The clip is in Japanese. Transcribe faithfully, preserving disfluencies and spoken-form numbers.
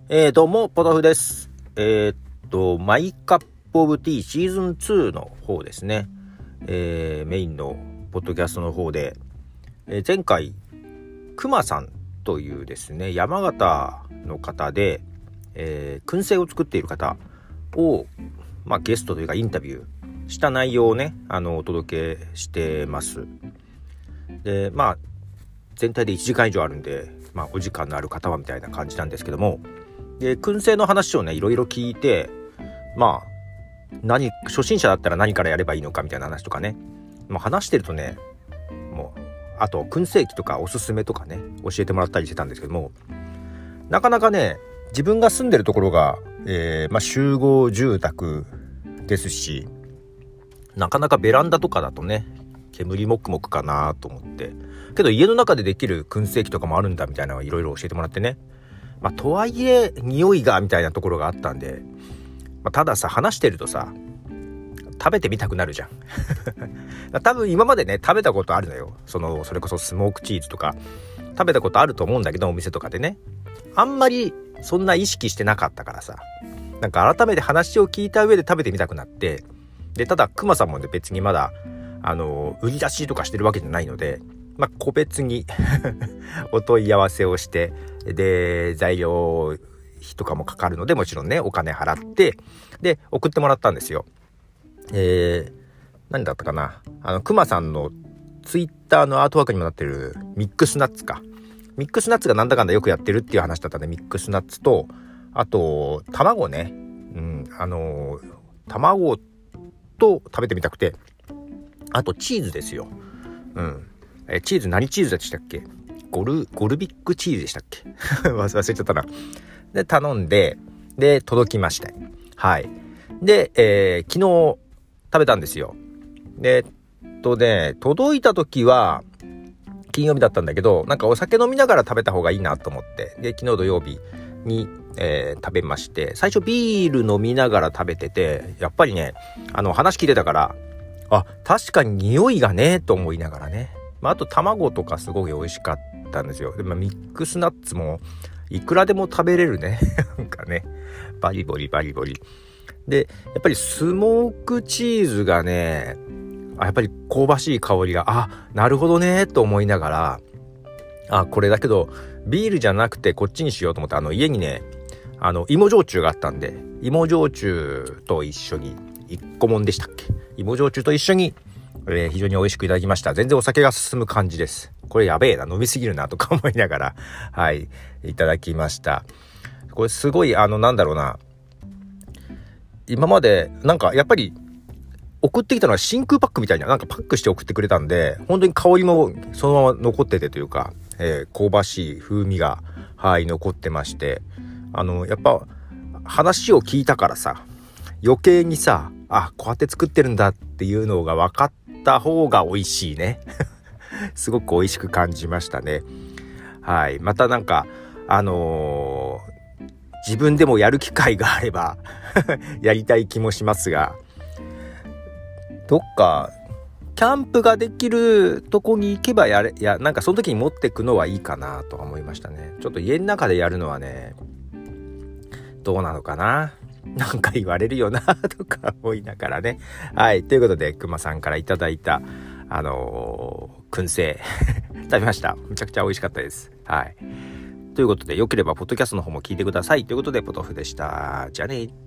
えー、どうもポトフです。えー、っとマイカップオブティーシーズンツーの方ですね、えー、メインのポッドキャストの方で、えー、前回くまさんというですね山形の方で、えー、燻製を作っている方を、まあ、ゲストというかインタビューした内容をねあのお届けしてます。でまあ全体でいちじかん以上あるんで、まあ、お時間のある方はみたいな感じなんですけども、で燻製の話をねいろいろ聞いて、まあ何初心者だったら何からやればいいのかみたいな話とかね、まあ、話してるとねもうあと燻製機とかおすすめとかね教えてもらったりしてたんですけども、なかなかね自分が住んでるところが、えーまあ、集合住宅ですし、なかなかベランダとかだとね煙もくもくかなと思って、けど家の中でできる燻製機とかもあるんだみたいなのをいろいろ教えてもらってね、まあ、とはいえ匂いがみたいなところがあったんで、まあ、たださ話してるとさ食べてみたくなるじゃん多分今までね食べたことあるのよ。そのそれこそスモークチーズとか食べたことあると思うんだけど、お店とかでねあんまりそんな意識してなかったからさ、なんか改めて話を聞いた上で食べてみたくなって、でただクマさんもね別にまだあの売り出しとかしてるわけじゃないので、まあ、個別にお問い合わせをして、で材料費とかもかかるのでもちろんねお金払ってで送ってもらったんですよ。えー、何だったかな、あのクマさんのツイッターのアートワークにもなってるミックスナッツかミックスナッツがなんだかんだよくやってるっていう話だったんで、ミックスナッツとあと卵ね、うんあのー、卵と食べてみたくて、あとチーズですよ。うんえチーズ何チーズでしたっけ？ゴルゴルビックチーズでしたっけ忘れちゃったな。で頼んで、で届きました。はいで、えー、昨日食べたんですよ。でえっとね届いた時は金曜日だったんだけど、なんかお酒飲みながら食べた方がいいなと思って、で昨日土曜日に、えー、食べまして、最初ビール飲みながら食べてて、やっぱりねあの話聞いてたから、あ確かに匂いがねと思いながらね、まあ、あと卵とかすごい美味しかったんですよ。で、まあ、ミックスナッツもいくらでも食べれるねなんかねバリボリバリボリで、やっぱりスモークチーズがねあやっぱり香ばしい香りが、あなるほどねと思いながら、あこれだけどビールじゃなくてこっちにしようと思って、あの家にねあの芋焼酎があったんで、芋焼酎と一緒にいっこもんでしたっけ、芋焼酎と一緒にえー、非常に美味しくいただきました。全然お酒が進む感じです。これやべえな、飲みすぎるなとか思いながらはいいただきました。これすごいあのなんだろうな、今までなんかやっぱり送ってきたのは真空パックみたいな、なんかパックして送ってくれたんで、本当に香りもそのまま残っててというか、えー、香ばしい風味がはい残ってまして、あのやっぱ話を聞いたからさ余計にさ、あこうやって作ってるんだっていうのが分かった方が美味しいねすごく美味しく感じましたね。はい、またなんかあのー、自分でもやる機会があればやりたい気もしますが、どっかキャンプができるとこに行けばやれ、いやなんかその時に持ってくのはいいかなと思いましたね。ちょっと家の中でやるのはねどうなのかな、なんか言われるよなとか思いながらね。はいということでくまさんからいただいたあのー、燻製食べました。めちゃくちゃ美味しかったです。はいということで、よければポッドキャストの方も聞いてくださいということで、ポトフでした。じゃあね。